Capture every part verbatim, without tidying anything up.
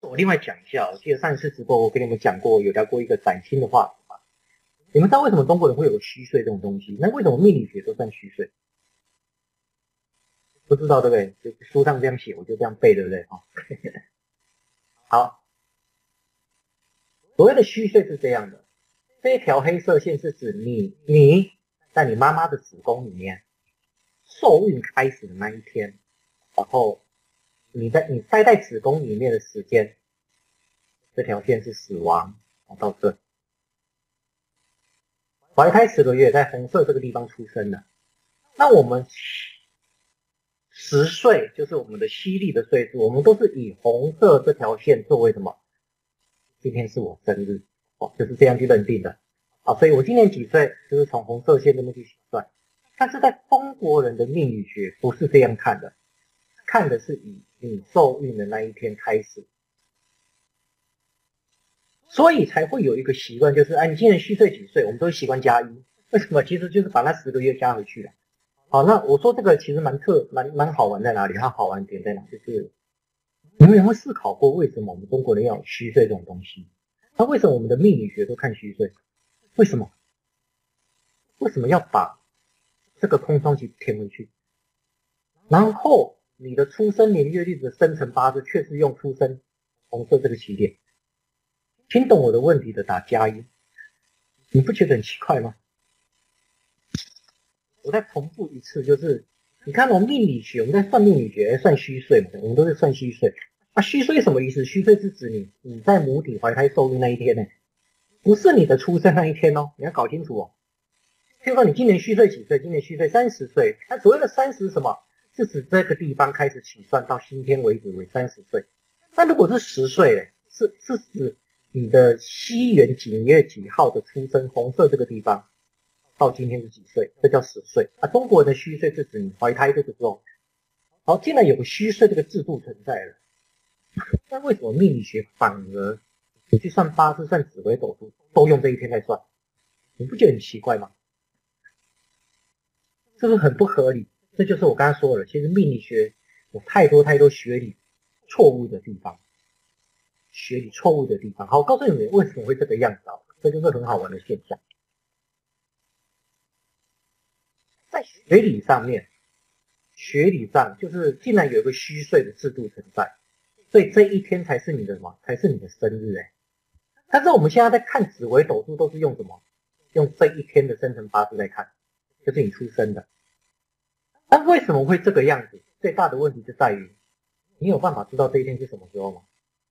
我另外讲一下，我记得上一次直播我跟你们讲过，有聊过一个崭新的话题嘛。你们知道为什么中国人会有虚岁这种东西？那为什么命理学都算虚岁？不知道对不对？就书上这样写，我就这样背，对不对？哈，好，所谓的虚岁是这样的，这一条黑色线是指你你在你妈妈的子宫里面受孕开始的那一天，然后你在你待在子宫里面的时间，这条线是死亡，到这。怀胎十个月，在红色这个地方出生的。那我们十岁就是我们的西历的岁数，我们都是以红色这条线作为什么？今天是我生日，哦，就是这样去认定的。啊，所以我今年几岁，就是从红色线这么去算。但是在中国人的命理学不是这样看的，看的是以你受孕的那一天开始。所以才会有一个习惯，就是哎，你今年虚岁几岁，我们都习惯加一。为什么？其实就是把那十个月加回去了。好，那我说这个其实蛮特蛮蛮好玩在哪里？它好玩点在哪？就是你们有没有思考过，为什么我们中国人要有虚岁这种东西？那为什么我们的命理学都看虚岁？为什么？为什么要把这个空窗期填回去？然后你的出生年月日的生辰八字却是用出生红色这个起点。听懂我的问题的打加一，你不觉得很奇怪吗？我再重复一次，就是你看我们命理学，我们在算命理学算虚岁嘛，我们都是算虚岁。啊，虚岁什么意思？虚岁是指你你在母体怀胎受孕那一天呢，不是你的出生那一天哦，你要搞清楚哦。譬如说你今年虚岁几岁？今年虚岁三十岁，那所谓的三十什么？是指这个地方开始起算到今天为止为三十岁。那如果是十岁，是是指你的西元几月几号的出生，红色这个地方到今天是几岁？这叫十岁啊。中国人的虚岁是指你怀胎这个时候。好，既然有个虚岁这个制度存在了，那为什么命理学反而你去算八字、算紫微斗数都用这一天来算？你不觉得很奇怪吗？是不是很不合理？这就是我刚才说了，其实命理学有太多太多学理错误的地方。学理错误的地方。好，我告诉你们为什么会这个样子啊？这就是很好玩的现象。在学理上面，学理上就是既然有一个虚岁的制度存在，所以这一天才是你的什么？才是你的生日哎。但是我们现在在看紫微斗数都是用什么？用这一天的生辰八字来看，就是你出生的。但为什么会这个样子？最大的问题就在于，你有办法知道这一天是什么时候吗？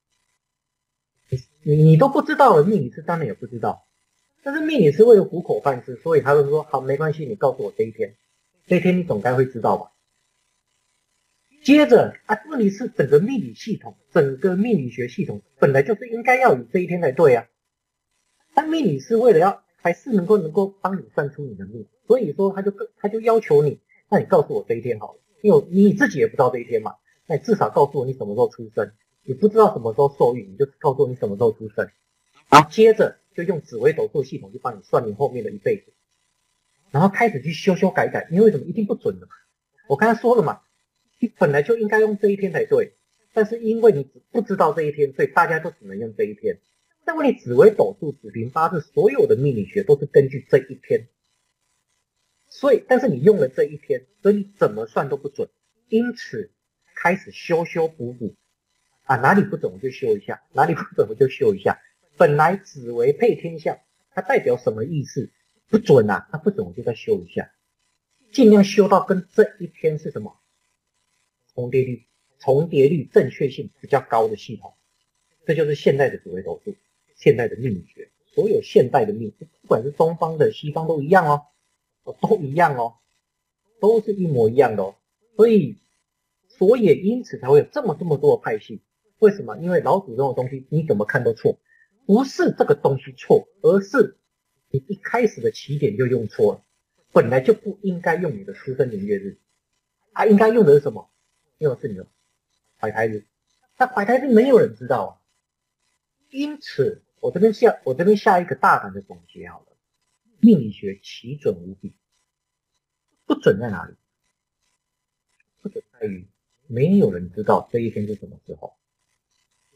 你你都不知道了，命理师当然也不知道。但是命理师为了糊口饭吃，所以他就说好，没关系，你告诉我这一天，这一天你总该会知道吧。接着啊，问题是整个命理系统，整个命理学系统本来就是应该要以这一天来对啊。但命理师为了要还是能够能够帮你算出你的命，所以说他就他就要求你，那你告诉我这一天好了，因为你自己也不知道这一天嘛，那你至少告诉我你什么时候出生。你不知道什么时候受孕，你就告诉我你什么时候出生，然后接着就用紫微斗数系统去帮你算你后面的一辈子，然后开始去修修改改，因为什么一定不准的嘛？我刚才说了嘛，你本来就应该用这一天才对，但是因为你不知道这一天，所以大家都只能用这一天。但问题紫微斗数、子平八字所有的命理学都是根据这一天，所以但是你用了这一天，所以你怎么算都不准，因此开始修修补补。啊，哪里不准我就修一下，哪里不准我就修一下。本来紫微配天象，它代表什么意思？不准啊，它不准我就再修一下，尽量修到跟这一天是什么重叠率、重叠率正确性比较高的系统。这就是现代的紫微斗数，现代的命理学，所有现代的命，不管是东方的、西方都一样哦，都一样哦，都是一模一样的哦。所以，所以因此才会有这么这么多的派系。为什么？因为老祖宗的东西你怎么看都错，不是这个东西错，而是你一开始的起点就用错了，本来就不应该用你的出生年月日，啊，应该用的是什么？用的是你的怀胎日，那怀胎日没有人知道啊。因此，我这边下我这边下一个大胆的总结好了，命理学奇准无比，不准在哪里？不准在于没有人知道这一天是什么时候。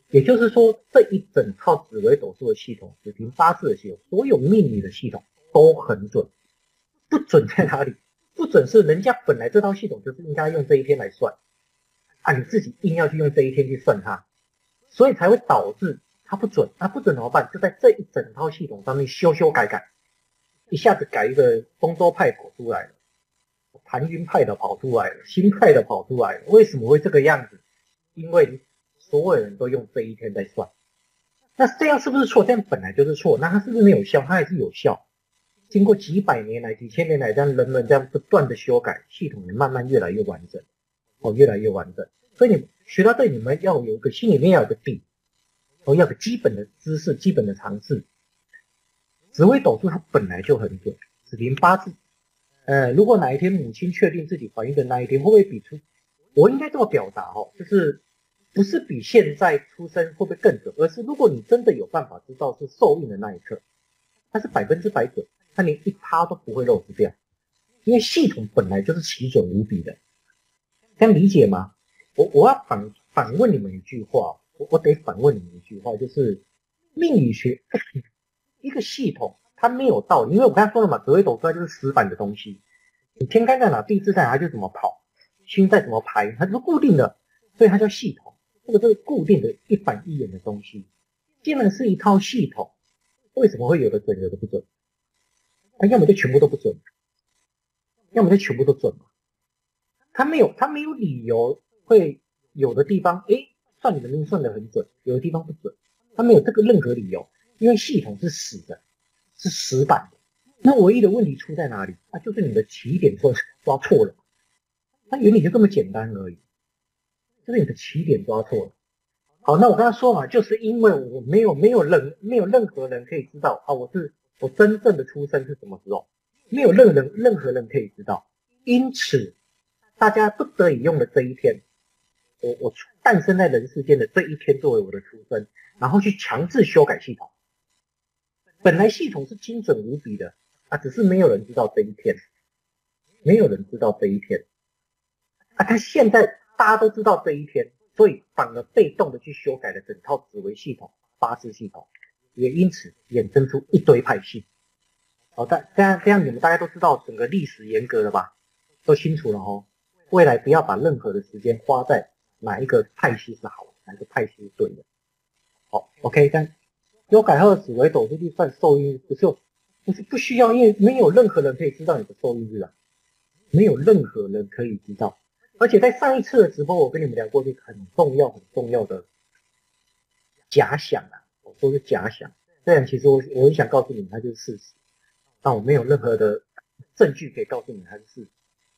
也就是说，这一整套紫微斗数的系统，子平八字的系统，所有命理的系统都很准。不准在哪里？不准是人家本来这套系统就是应该用这一天来算，啊，你自己硬要去用这一天去算它，所以才会导致它不准。那、啊、不准怎么办？就在这一整套系统上面修修改改，一下子改一个东周派跑出来了，盘云派的跑出来了，新派的跑出来了。为什么会这个样子？因为所有人都用这一天在算。那这样是不是错？这样本来就是错。那它是不是没有效？它还是有效。经过几百年来、几千年来，这样人们这样不断的修改，系统也慢慢越来越完整，哦，越来越完整。所以你学到这，你们要有一个心里面要有个底，哦，要有个基本的知识、基本的常识。紫微斗数它本来就很准，子平八字，呃，如果哪一天母亲确定自己怀孕的那一天，会不会比出？我应该这么表达哦，就是不是比现在出生会不会更准，而是如果你真的有办法知道是受孕的那一刻，它是百分之百准。它连一趴都不会漏失掉，因为系统本来就是奇准无比的，这样理解吗？我我要反反问你们一句话，我我得反问你们一句话，就是命理学一个系统它没有道理，因为我刚才说了嘛，紫微斗数就是死板的东西，你天干在哪，地支在哪，它就怎么跑，星在怎么排，它是固定的，所以它叫系统，这个是固定的一板一眼的东西。既然是一套系统，为什么会有的准，有的不准？他要么就全部都不准，要么就全部都准嘛。他没有，他没有理由会有的地方，诶，算你的命算得很准，有的地方不准，他没有这个任何理由，因为系统是死的，是死板的。那唯一的问题出在哪里？啊，就是你的起点抓抓错了，它原理就这么简单而已，就是你的起点抓错了。好，那我刚才说嘛，就是因为我没有没有人没有任何人可以知道啊，我是。我真正的出生是什么时候？没有任人任何人可以知道，因此大家不得已用了这一天，我我诞生在人世间的这一天作为我的出生，然后去强制修改系统。本来系统是精准无比的啊，只是没有人知道这一天，没有人知道这一天啊。他现在大家都知道这一天，所以反而被动的去修改了整套紫微系统、八字系统。也因此衍生出一堆派系。好，但这样这样你们大家都知道整个历史严格了吧？都清楚了哦。未来不要把任何的时间花在哪一个派系是好的，哪一个派系是对的。好 ，OK， 但修改后紫微斗数去算受孕日，不是不是不需要，因为没有任何人可以知道你的受孕日啊，没有任何人可以知道。而且在上一次的直播，我跟你们聊过一个很重要很重要的假想啊。都是假想，虽然其实我我很想告诉你们它就是事实，但我没有任何的证据可以告诉你们它是事实。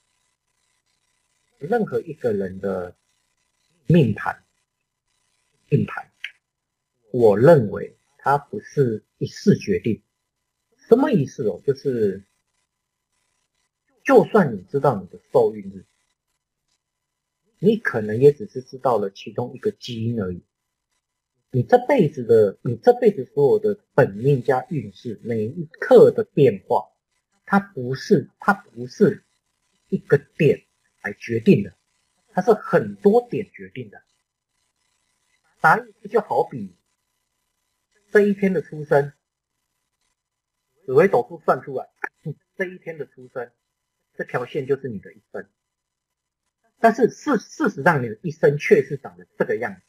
任何一个人的命盘，命盘，我认为它不是一次决定。什么意思哦？就是就算你知道你的受孕日，你可能也只是知道了其中一个基因而已。你这辈子的，你这辈子所有的本命加运势，每一刻的变化，它不是，它不是一个点来决定的，它是很多点决定的。啥意思？就好比这一天的出生，紫微斗数算出来，这一天的出生，这条线就是你的一生。但是事事实上，你的一生却是长得这个样子。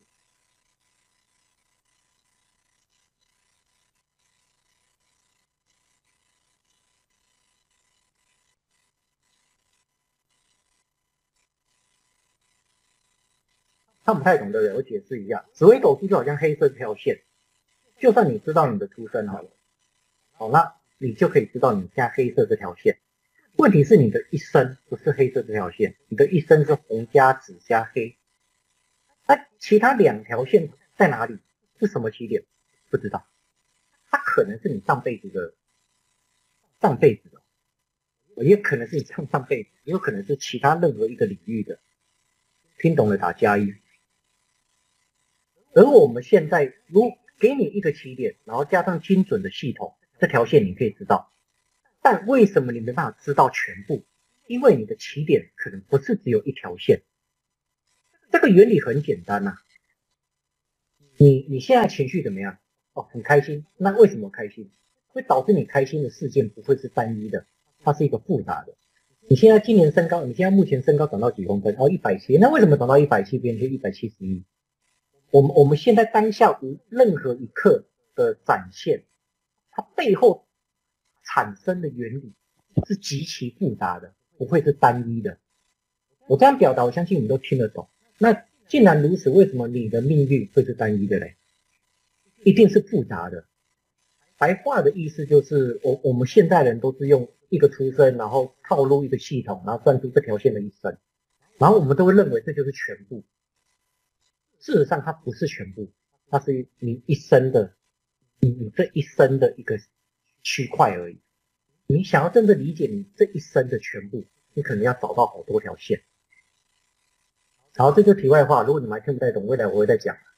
看不太懂的人，我解释一下，紫微斗数就好像黑色这条线，就算你知道你的出生好了，好，那你就可以知道你现在黑色这条线。问题是你的一生不是黑色这条线，你的一生是红加紫加黑。那其他两条线在哪里？是什么起点？不知道。它可能是你上辈子的上辈子的，也可能是你上上辈子，也有可能是其他任何一个领域的。听懂了打加一。而我们现在如给你一个起点，然后加上精准的系统，这条线你可以知道。但为什么你没办法知道全部？因为你的起点可能不是只有一条线。这个原理很简单呐、啊。 你你现在情绪怎么样？哦，很开心。那为什么开心？会导致你开心的事件不会是单一的，它是一个复杂的。你现在今年身高，你现在目前身高长到几公分？哦，一百七。那为什么长到一百七，别人就一百七十一？我们我们现在当下无任何一刻的展现，它背后产生的原理是极其复杂的，不会是单一的。我这样表达，我相信你都听得懂。那既然如此，为什么你的命运会是单一的嘞？一定是复杂的。白话的意思就是，我我们现代人都是用一个出生，然后套入一个系统，然后算出这条线的一生，然后我们都会认为这就是全部。事实上，它不是全部，它是你一生的，你你这一生的一个区块而已。你想要真的理解你这一生的全部，你可能要找到好多条线。好，这就题外话，如果你们还听不太懂，未来我会再讲。